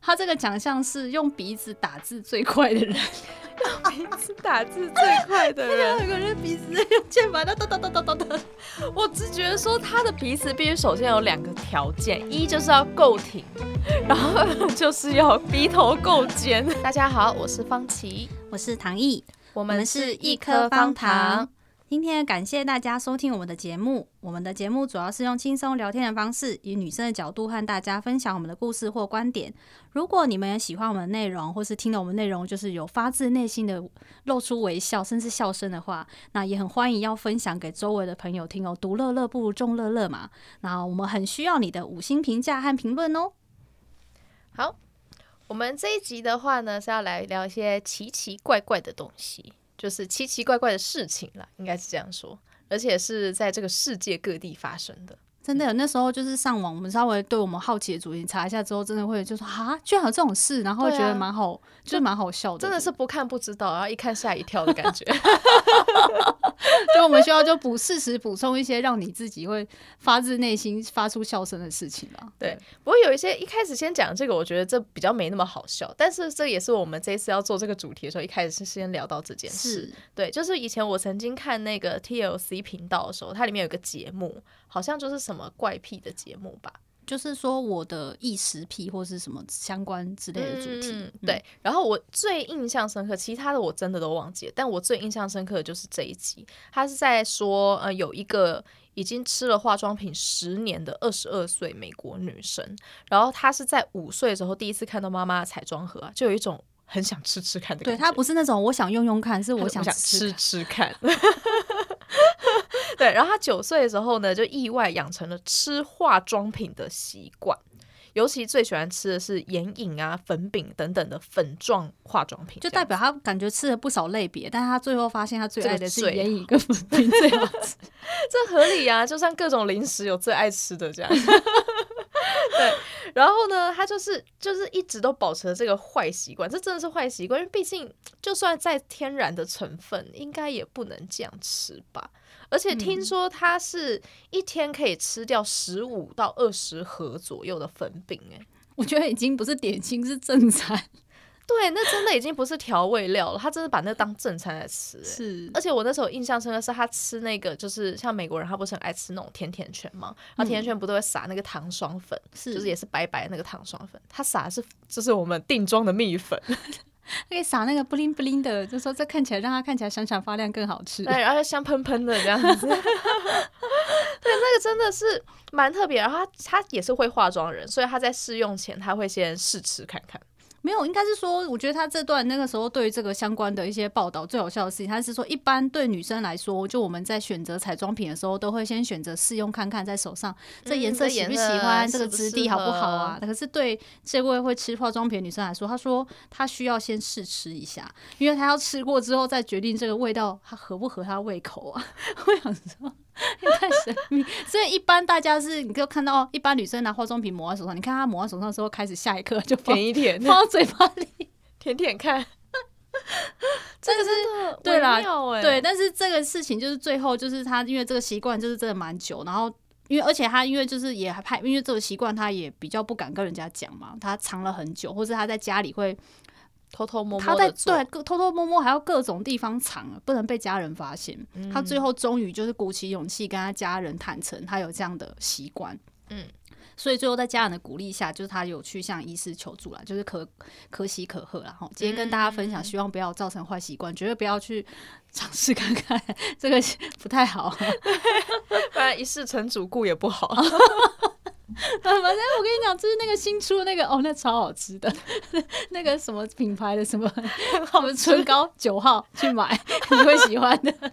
他这个奖项是用鼻子打字最快的人。 用鼻子打字最快的人， 有个人鼻子用键盘哒哒哒哒哒哒。 我只觉得说他的鼻子必须首先有2个条件，一就是要够挺，然后2就是要鼻头够尖。大家好，我是方琦， 我是唐毅， 我们是一颗方糖。 今天感谢大家收听我们的节目。我们的节目主要是用轻松聊天的方式，以女生的角度和大家分享我们的故事或观点。如果你们也喜欢我们的内容，或是听了我们内容就是有发自内心的露出微笑甚至笑声的话，那也很欢迎要分享给周围的朋友听哦。独乐乐不如众乐乐嘛。那我们很需要你的5星评价和评论哦。 好，我们这一集的话呢，是要来聊一些奇奇怪怪的东西，就是奇奇怪怪的事情啦，应该是这样说，而且是在这个世界各地发生的。 真的有，那时候就是上网，我们稍微对我们好奇的主题查一下之后，真的会就说啊，居然有这种事，然后觉得蛮好，就是蛮好笑的， 真的是不看不知道，然后一看吓一跳的感觉。 就我们需要就适时补充一些让你自己会发自内心发出笑声的事情啦。 对，不过有一些一开始先讲这个，我觉得这比较没那么好笑，但是这也是我们这一次要做这个主题的时候，一开始是先聊到这件事。对，就是以前我曾经看那个 TLC 频道的时候，它里面有个节目，好像就是什么怪癖的节目吧。 就是说我的异食癖或是什么相关之类的主题。 对，然后我最印象深刻，其他的我真的都忘记了，但我最印象深刻的就是这一集，他是在说有一个已经吃了化妆品10年的22岁美国女生，然后她是在5岁的时候第一次看到妈妈的彩妆盒就有一种很想吃吃看的感觉。 对，她不是那种我想用用看，是我想吃吃看。对，然后他9岁的时候呢，就意外养成了吃化妆品的习惯，尤其最喜欢吃的是眼影啊、粉饼等等的粉状化妆品， 就代表他感觉吃了不少类别，但是他最后发现他最爱的是眼影跟粉饼最好吃。 这合理啊，就像各种零食有最爱吃的这样。对，然后呢，他就是一直都保持了这个坏习惯，这真的是坏习惯，因为毕竟就算再天然的成分，应该也不能这样吃吧。而且听说他是一天可以吃掉15到20盒左右的粉饼， 我觉得已经不是点心，是正餐。 对，那真的已经不是调味料了，他真的把那当正餐来吃。 是， 而且我那时候印象深刻是他吃那个，就是像美国人他不是很爱吃那种甜甜圈吗？然后甜甜圈不都会撒那个糖霜粉，就是也是白白的那个糖霜粉，他撒的是就是我们定妆的蜜粉。 可以撒那个布灵布灵的，就说这看起来让它看起来闪闪发亮更好吃。 对，然后香喷喷的这样子。对，那个真的是蛮特别。然后他也是会化妆人，所以他在试用前他会先试吃看看。 没有，应该是说，我觉得他这段那个时候对于这个相关的一些报道最有效的事情，他是说，一般对女生来说，就我们在选择彩妆品的时候，都会先选择试用看看，在手上这颜色喜不喜欢，这个质地好不好啊？可是对这位会吃化妆品的女生来说，她说她需要先试吃一下，因为她要吃过之后再决定这个味道它合不合她胃口啊。我想说。也太神秘，所以一般大家是你就看到一般女生拿化妆品抹在手上，你看她抹在手上的时候，开始下一刻就舔一舔， 放到嘴巴里舔舔看。这个是对啦， 对， 但是这个事情就是最后就是他因为这个习惯就是真的蛮久，然后而且他因为就是也还怕，因为这个习惯他也比较不敢跟人家讲嘛，他藏了很久，或是他在家里会。 偷偷摸摸的做， 对，偷偷摸摸还要各种地方藏，不能被家人发现。他最后终于就是鼓起勇气跟他家人坦诚，他有这样的习惯。所以最后在家人的鼓励下，就是他有去向医师求助啦，就是可喜可贺啦。今天跟大家分享，希望不要造成坏习惯，绝对不要去尝试看看，这个不太好。 不然一世成主顾也不好。 反正我跟你讲，就是那个新出的那个那超好吃的，那个什么品牌的什么唇膏9号去买，你会喜欢的。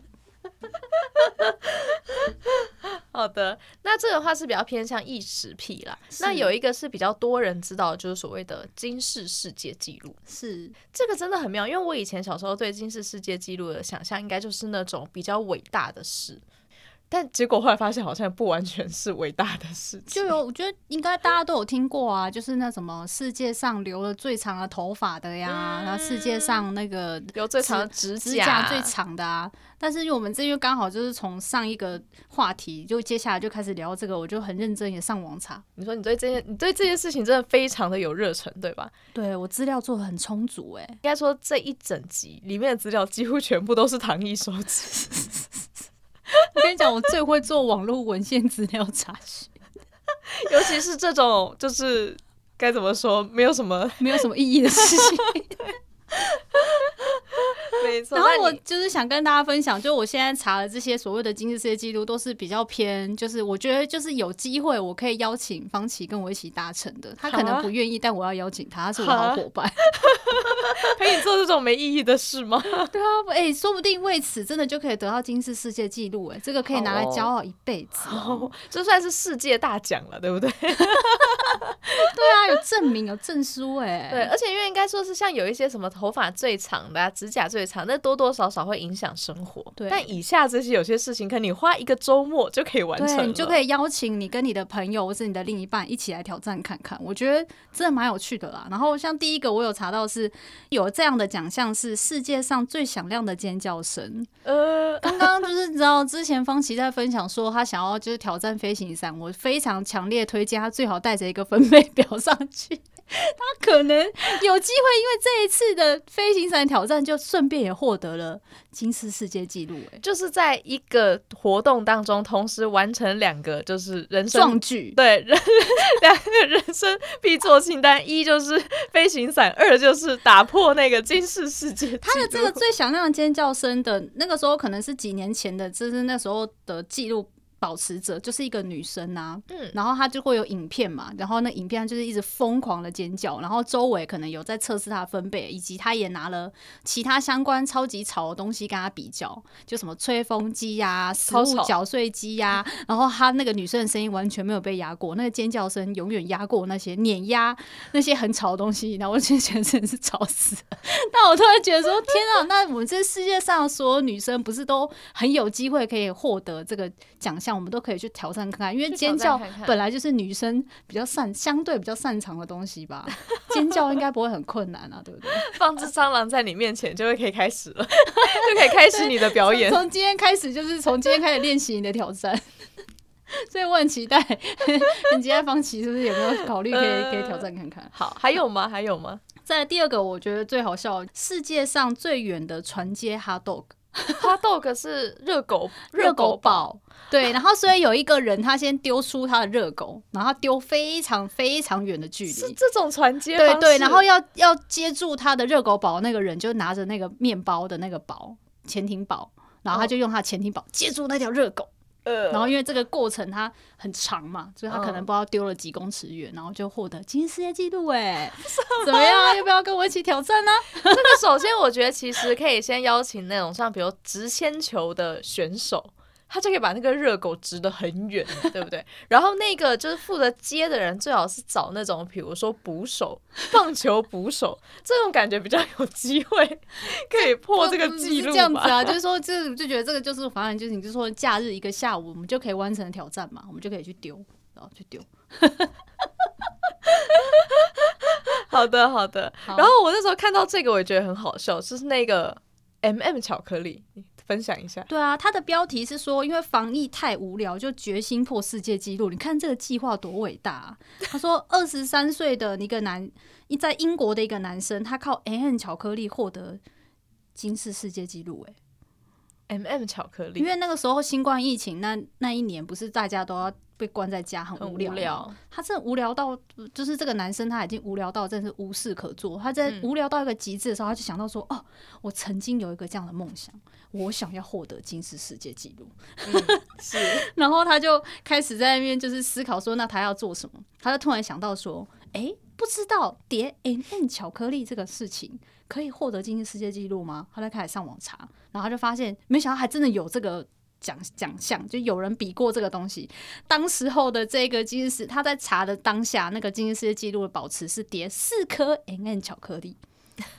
好的，那这个话是比较偏向异食癖啦。那有一个是比较多人知道的，就是所谓的金氏世界纪录。 是这个真的很妙，因为我以前小时候对金氏世界纪录的想象，应该就是那种比较伟大的事。 但结果后来发现好像不完全是伟大的事情。 我觉得应该大家都有听过啊，就是那什么世界上留了最长的头发的呀，然后世界上那个留最长的指甲最长的啊。但是因为我们这边刚好就是从上一个话题，就接下来就开始聊这个，我就很认真也上网查。 你说你对这件事情真的非常的有热忱，对吧？ 对，我资料做得很充足应该说这一整集里面的资料几乎全部都是唐毅收集。 我跟你讲，我最会做网络文献资料查询， 尤其是这种就是该怎么说，没有什么意义的事情。 没错。 然后我就是想跟大家分享，就我现在查的这些所谓的吉尼斯世界纪录，都是比较偏，就是我觉得就是有机会我可以邀请方琦跟我一起达成的。他可能不愿意，但我要邀请他，他是我的好伙伴。 陪你做这种没意义的事吗？ 对啊，说不定为此真的就可以得到吉尼斯世界纪录，这个可以拿来骄傲一辈子。 这算是世界大奖了，对不对？对啊，有证明，有证书对，而且因为应该说是像有一些什么头发最长的指甲最长，那多多少少会影响生活。对，但以下这些有些事情，可能你花一个周末就可以完成了。 对，你就可以邀请你跟你的朋友或是你的另一半一起来挑战看看，我觉得真的蛮有趣的啦。然后像第一个我有查到是有这样的奖项是世界上最响亮的尖叫声。刚刚就是你知道之前方琦在分享说他想要就是挑战飞行伞，我非常强烈推荐他最好带着一个分贝表上去。他可能有机会，因为这一次的飞行伞挑战，就顺便也获得了吉尼斯世界纪录。 就是在一个活动当中，同时完成2个就是人生壮举， 对，2个人生必做清单，一就是飞行伞，2就是打破那个金氏世界纪录。 他的这个最响亮的尖叫声的那个时候，可能是几年前的，就是那时候的纪录保持者就是一个女生啊，然后她就会有影片嘛，然后那影片就是一直疯狂的尖叫，然后周围可能有在测试她的分贝，以及她也拿了其他相关超级吵的东西跟她比较，就什么吹风机啊、食物搅碎机啊，然后她那个女生的声音完全没有被压过，那个尖叫声永远压过那些碾压那些很吵的东西，然后我就觉得真的是吵死了。但我突然觉得说，天啊，那我们这世界上所有女生不是都很有机会可以获得这个奖项？我们都可以去挑战看看，因为尖叫本来就是女生比较相对比较擅长的东西吧。尖叫应该不会很困难啊，对不对？ 放只蟑螂在你面前就会可以开始了，就可以开始你的表演。 从今天开始，就是从今天开始练习你的挑战。所以我很期待，很期待方琦是不是有没有考虑可以挑战看看？ 好，还有吗？还有吗？ 再来第2个，我觉得最好笑，世界上最远的传接 hot dog。hot dog 是热狗堡，对，然后所以有一个人他先丢出他的热狗，然后他丢非常非常远的距离， 是这种传接方式。 对，然后要接住他的热狗堡，那个人就拿着那个面包的那个堡，潜艇堡，然后他就用他的潜艇堡接住那条热狗。然后因为这个过程它很长嘛，所以他可能不知道丢了几公尺远，然后就获得吉尼斯世界纪录。怎么样？要不要跟我一起挑战呢？ 这个首先我觉得其实可以先邀请那种像比如直铅球的选手，他就可以把那个热狗直得很远，对不对？然后那个就是负责接的人最好是找那种比如说捕手，棒球捕手，这种感觉比较有机会可以破这个纪录吧。 这样子啊，就是说就觉得这个就是反正就是你就说假日一个下午我们就可以完成挑战嘛，我们就可以去丢，然后去丢。 好的好的。然后我那时候看到这个我也觉得很好笑，就是那个 巧克力，分享一下。对啊，它的标题是说因为防疫太无聊就决心破世界纪录，你看这个计划多伟大啊。他说23岁的一个在英国的一个男生，他靠 巧克力获得吉尼斯世界纪录。 巧克力， 因为那个时候新冠疫情那一年不是大家都要被关在家，很无聊。他真的无聊到，就是这个男生他已经无聊到真的是无事可做。他在无聊到一个极致的时候，他就想到说：“哦，我曾经有一个这样的梦想，我想要获得吉尼斯世界纪录。” 是。 然后他就开始在那边就是思考说，那他要做什么？他就突然想到说：“不知道叠 巧克力这个事情可以获得吉尼斯世界纪录吗？”他就开始上网查，然后他就发现，没想到还真的有这个奖项，就有人比过这个东西。当时候的这个吉尼斯，他在查的当下，那个吉尼斯世界纪录的保持是叠4颗 巧克力，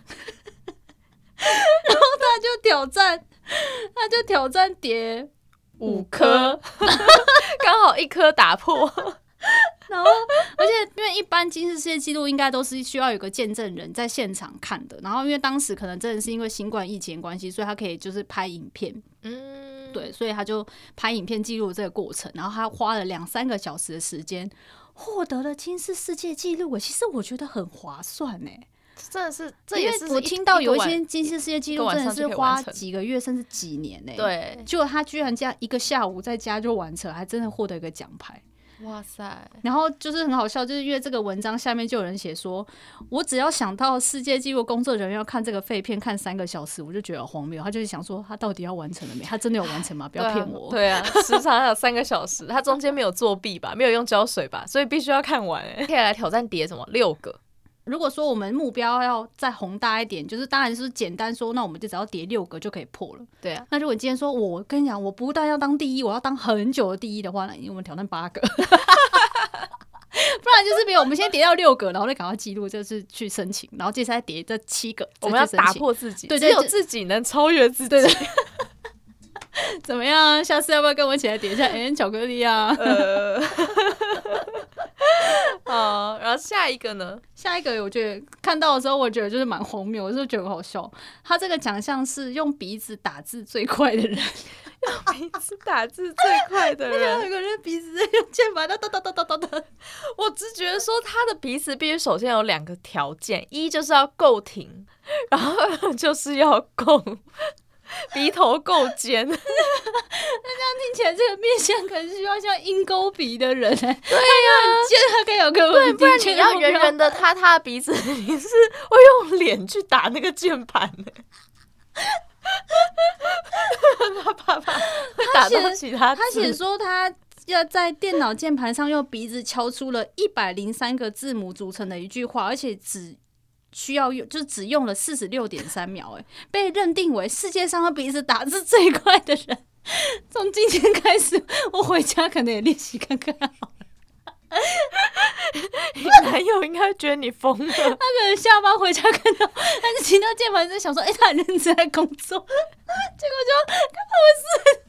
然后他就挑战叠 5颗，刚好1颗打破。 然后，而且因为一般金氏世界纪录应该都是需要有个见证人在现场看的，然后因为当时可能真的是因为新冠疫情的关系，所以他可以就是拍影片，对，所以他就拍影片记录这个过程，然后他花了2-3个小时的时间，获得了金氏世界纪录。其实我觉得很划算真的是，这也是我听到有一些金氏世界纪录真的是花几个月甚至几年对， 结果他居然这样1个下午在家就完成，还真的获得一个奖牌。 哇塞！ 然后就是很好笑，就是因为这个文章下面就有人写说，我只要想到世界纪录工作人员要看这个废片看3个小时，我就觉得好荒谬。他就是想说，他到底要完成了没？他真的有完成吗？不要骗我。 对啊，时长还有3个小时，他中间没有作弊吧？没有用胶水吧？所以必须要看完。可以来挑战叠什么6个。 如果说我们目标要再宏大一点，就是当然是简单说，那我们就只要叠6个就可以破了。 对啊， 那如果你今天说，我跟你讲，我不但要当第一，我要当很久的第一的话，那我们挑战8个。不然就是没有，我们先叠到6个，然后再赶快记录，就是去申请，然后接下来叠这7个， 我们要打破自己， 对， 只有自己能超越自己。对怎么样？下次要不要跟我一起来点一下巧克力啊？ 好，然后下一个呢？ 下一个我觉得看到的时候，我觉得就是蛮荒谬，我就觉得很好笑。他这个奖项是用鼻子打字最快的人， 用鼻子打字最快的人， 有个人鼻子在用键盘哒哒哒哒哒哒。 我只觉得说他的鼻子必须首先有2个条件，一就是要够挺，然后2就是要够。鼻头够尖，那这样听起来，这个面相可能需要像鹰钩鼻的人对呀， 很尖，他可以有个对，不然你要圆圆的塌塌的鼻子，你是会用脸去打那个键盘他怕会打到其他字。 他写说他要在电脑键盘上用鼻子敲出了103个字母组成的一句话，而且需要用，就是只用了46.3秒，被认定为世界上鼻子打字最快的人。从今天开始，我回家可能也练习看看好了。 你男友应该觉得你疯了，他可能下班回家看到，他就听到键盘在想说，他很认真在工作，结果就看我是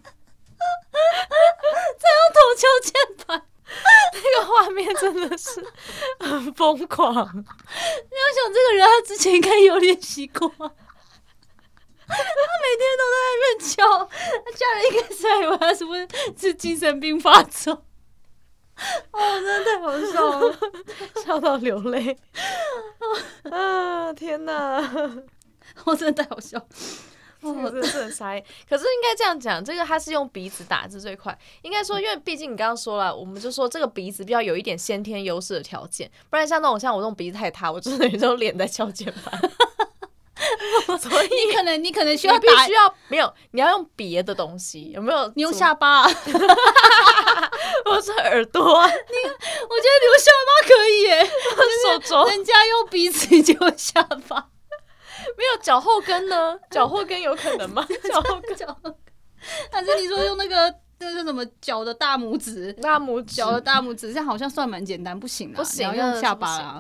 在用头敲键盘。 那个画面真的是很疯狂。你要想，这个人他之前应该有练习过，他每天都在那边敲，他家人应该是还以为他是不是精神病发作。真的太好笑了， 笑到流泪。天哪， 真的太好笑。 真的是很傻眼。可是应该这样讲，这个他是用鼻子打字最快。应该说，因为毕竟你刚刚说了，我们就说这个鼻子比较有一点先天优势的条件，不然像我这种鼻子太塌，我真的有这种脸在敲键盘。所以你可能需要你必须要没有，你要用别的东西，有没有？ 你用下巴或是耳朵我觉得你用下巴可以耶， 手肘， 人家用鼻子就用下巴。 没有脚后跟呢？脚后跟有可能吗？脚后跟， 还是你说用那个什么脚的大拇指？脚的大拇指，这样好像算蛮简单，不行啊，你要用下巴啊。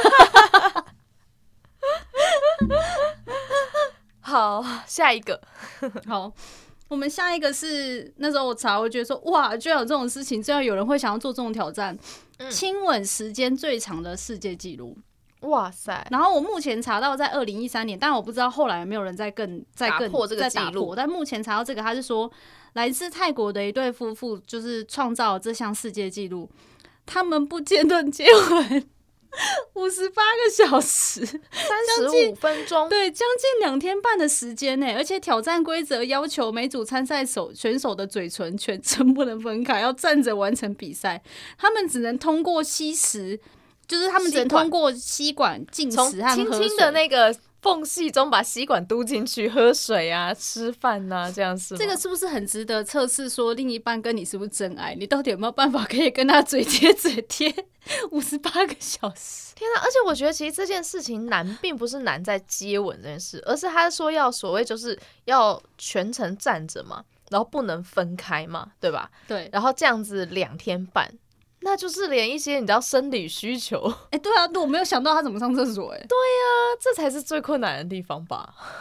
好，下一个， 好，我们下一个是那时候我查，我觉得说哇，居然有这种事情，居然有人会想要做这种挑战，亲吻时间最长的世界纪录。 哇塞！ 然后我目前查到在2013年，但我不知道后来有没有人再打破这个纪录。 但目前查到这个，他是说来自泰国的一对夫妇就是创造了这项世界纪录，他们不间断接吻58个小时 ，35分钟， 对，将近2天半的时间呢。而且挑战规则要求每组参赛选手的嘴唇全程不能分开，要站着完成比赛。他们只能通过吸食。就是他们只能通过吸管进食和喝水， 从轻轻的那个缝隙中把吸管嘟进去，喝水啊、吃饭啊，这样是吗？ 这个是不是很值得测试？说另一半跟你是不是真爱？你到底有没有办法可以跟他嘴贴58个小时？ 天哪！而且我觉得其实这件事情难，并不是难在接吻这件事，而是他说要所谓就是要全程站着嘛，然后不能分开嘛，对吧？ 对。 然后这样子2天半。那就是连一些你知道生理需求， 对啊，我没有想到他怎么上厕所， 对啊，这才是最困难的地方吧。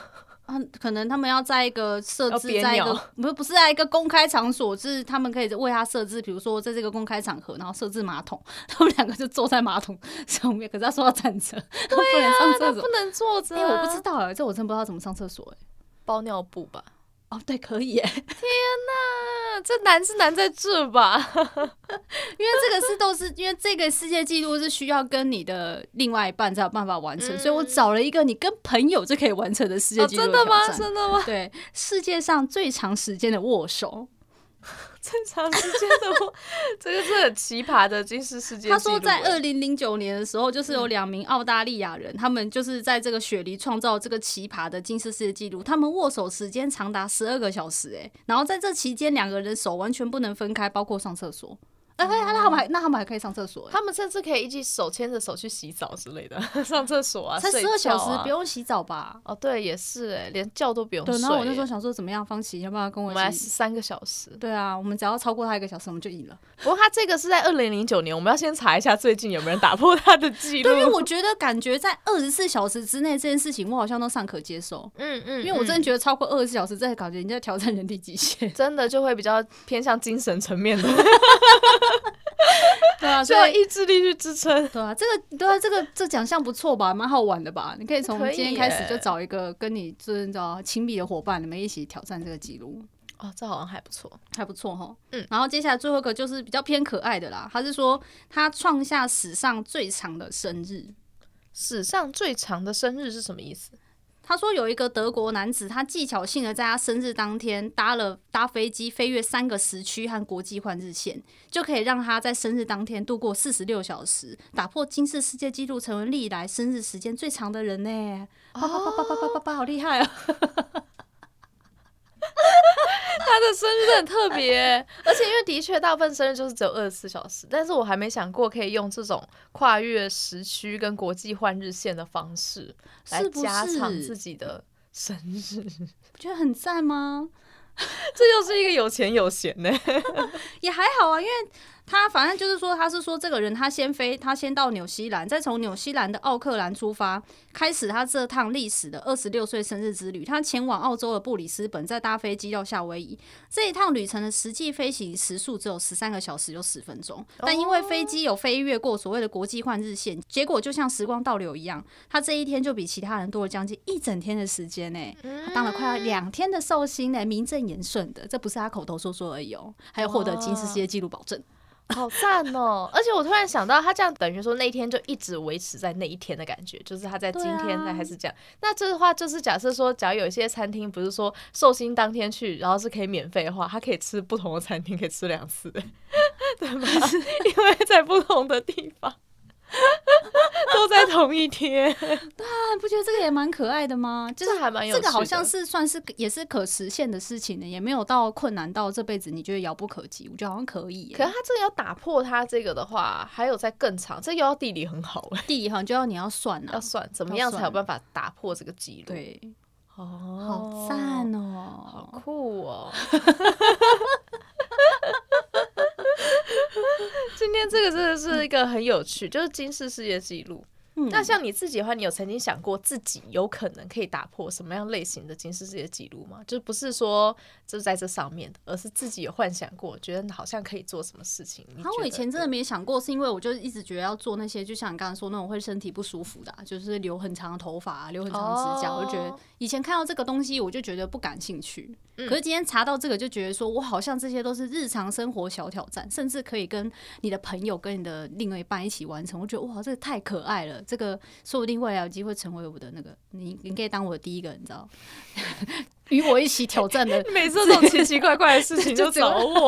可能他们要在一个设置， 要在一个不是在一个公开场所，就是他们可以为他设置，比如说在这个公开场合，然后设置马桶，他们2个就坐在马桶上面，可是他说要站着， 对不能上厕所， 他不能坐着、 我不知道这我真不知道怎么上厕所包尿布吧。 哦，对，可以天哪，这难是难在这吧？ 因为这个都是因为这个世界纪录是需要跟你的另外一半才有办法完成，所以我找了一个你跟朋友就可以完成的世界纪录的挑战。 真的吗？真的吗？ 对，世界上最长时间的握手。 最长时间的这个是很奇葩的金氏世界纪录。 他说在2009年的时候，就是有2名澳大利亚人，他们就是在这个雪梨创造这个奇葩的金氏世界纪录，他们握手时间长达12个小时，然后在这期间2个人手完全不能分开，包括上厕所。那他们还可以上厕所， 他们甚至可以一起手牵着手去洗澡之类的，上厕所啊， 才12小时不用洗澡吧？ 哦，对，也是连觉都不用睡。 对，然后我那时候想说，怎么样，方琦要不要跟我一起？ 我们来3个小时。 对啊，我们只要超过他1个小时，我们就赢了。 不过他这个是在2009年，我们要先查一下最近有没有人打破他的记录。 对，因为我觉得感觉在24小时之内这件事情，我好像都尚可接受。因为我真的觉得超过24小时，这感觉你在挑战人体极限， 真的就会比较偏向精神层面的。 对啊， 需要意志力去支撑。 对啊，这奖项不错吧，蛮好玩的吧？你可以从今天开始就找一个跟你就是亲密的伙伴，你们一起挑战这个记录。 哦，这好像还不错， 还不错齁。然后接下来最后一个就是比较偏可爱的啦，他是说他创下史上最长的生日。 史上最长的生日是什么意思？ 他说有一个德国男子，他技巧性的在他生日当天搭飞机飞越3个时区和国际换日线，就可以让他在生日当天度过46小时，打破金氏世界纪录，成为历来生日时间最长的人呢。好厉害啊！ 他的生日很特别，而且因为的确大部分生日就是只有24小时，但是我还没想过可以用这种跨越时区跟国际换日线的方式来加长自己的生日， 不觉得很赞吗？ 这又是一个有钱有闲呢。 也还好啊，因为他反正就是说，他是说这个人他先到纽西兰，再从纽西兰的奥克兰出发，开始他这趟历史的26岁生日之旅。他前往澳洲的布里斯本，再搭飞机到夏威夷。这一趟旅程的实际飞行时速只有13个小时有10分钟，但因为飞机有飞越过所谓的国际换日线，结果就像时光倒流一样，他这一天就比其他人多了将近1整天的时间呢。他当了快要2天的寿星呢，名正言顺的，这不是他口头说说而已哦，还有获得吉尼斯世界纪录保证。 好赞哦！而且我突然想到，他这样等于说那一天就一直维持在那一天的感觉，就是他在今天还是这样。那这的话就是假设说，假如有一些餐厅不是说寿星当天去，然后是可以免费的话，他可以吃不同的餐厅，可以吃2次，对吗？因为在不同的地方。都在同一天。 对啊，你不觉得这个也蛮可爱的吗？就是还蛮有趣的， 这个好像是算是也是可实现的事情呢，也没有到困难到这辈子你觉得遥不可及，我觉得好像可以耶。 可是他这个要打破他这个的话，还有在更长，这又要地理很好哎， 地理好就你要算啊， 要算怎么样才有办法打破这个记录。 对， 哦， 好赞哦， 好酷哦。今天这个真的是一个很有趣，就是金氏世界纪录。那像你自己的话，你有曾经想过自己有可能可以打破什么样类型的金氏世界纪录吗？就是不是说就是在这上面的，而是自己有幻想过，觉得好像可以做什么事情。 我以前真的没想过，是因为我就一直觉得要做那些，就像你刚才说那种会身体不舒服的就是留很长的头发留很长的指甲，我就觉得以前看到这个东西我就觉得不感兴趣。可是今天查到这个，就觉得说我好像这些都是日常生活小挑战，甚至可以跟你的朋友、跟你的另外一半一起完成。我觉得哇，这个太可爱了，这个说不定未来有机会成为我的那个，你可以当我的第一个，你知道，与我一起挑战的。 每次这种奇奇怪怪的事情就找我。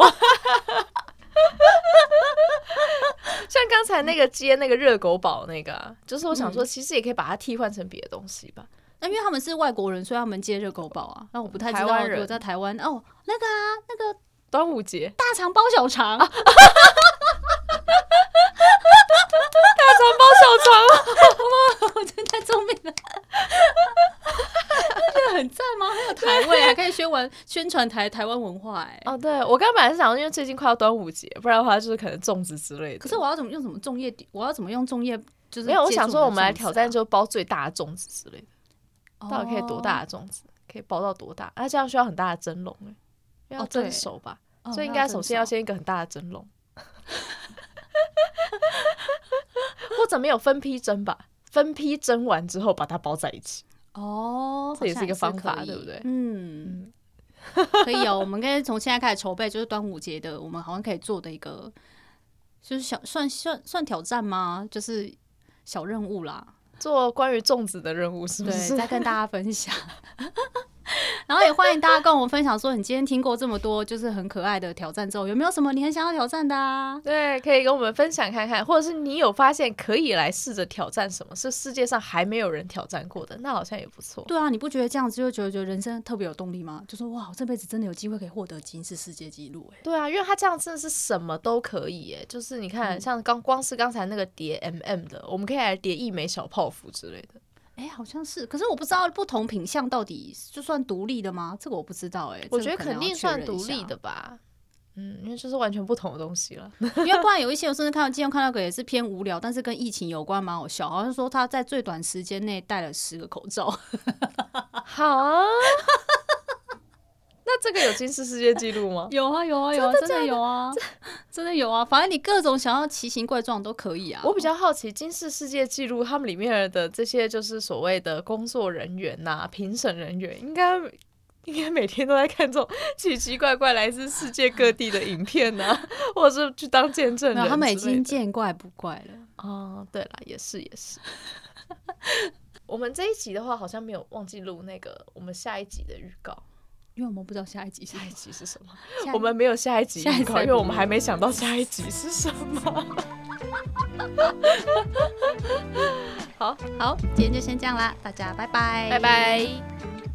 像刚才那个接那个热狗堡那个就是我想说，其实也可以把它替换成别的东西吧。 因为他们是外国人，所以他们接热狗堡啊。那我不太知道，我在台湾哦，那个端午节大肠包小肠，大肠包小肠， 我真的太聪明了，觉得很赞吗？很有台味，还可以宣传台湾文化哎。 哦，对，我刚本来是想，因为最近快要端午节，不然的话就是可能粽子之类的。 可是我要怎么用什么粽叶？我要怎么用粽叶？就是没有，我想说我们来挑战，就包最大的粽子之类的。到底可以多大的粽子？ 可以包到多大？这样需要很大的蒸笼因为要蒸熟吧，所以应该首先要先一个很大的蒸笼，或者没有分批蒸吧，分批蒸完之后把它包在一起。这也是一个方法，对不对？ 可以哦。我们可以从现在开始筹备，就是端午节的，我们好像可以做的一个，就是算挑战吗？就是小任务啦， 做关于粽子的任务，是不是？ 对，再跟大家分享。然后也欢迎大家跟我们分享说，你今天听过这么多就是很可爱的挑战之后，有没有什么你很想要挑战的啊？ 对，可以跟我们分享看看，或者是你有发现可以来试着挑战什么是世界上还没有人挑战过的，那好像也不错。 对啊，你不觉得这样子就觉得人生特别有动力吗？就说哇，我这辈子真的有机会可以获得吉尼斯世界纪录哎。 对啊，因为他这样真的是什么都可以哎，就是你看，像光是刚才那个叠 的，我们可以来叠1枚小泡芙之类的。 好像是，可是我不知道不同品项到底就算独立的吗？这个我不知道我觉得肯定算独立的吧。因为就是完全不同的东西了。 因为不然有一些我甚至今天看到个也是偏无聊，但是跟疫情有关，蛮好笑。好像说他在最短时间内戴了10个口罩。 好啊。那这个有金氏世界纪录吗？ 有啊，真的有啊，真的有啊。反正你各种想要奇形怪状都可以啊。 我比较好奇金氏世界纪录他们里面的这些就是所谓的工作人员啊、评审人员，应该每天都在看这种奇奇怪怪来自世界各地的影片啊，或者是去当见证人之类的。 他们已经见怪不怪了。 对啦，也是。我们这一集的话，好像没有忘记录那个我们下一集的预告。 因为我们不知道下一集是什么，我们没有下一集预告，因为我们还没想到下一集是什么。好， 今天就先这样啦，大家拜拜， 拜拜。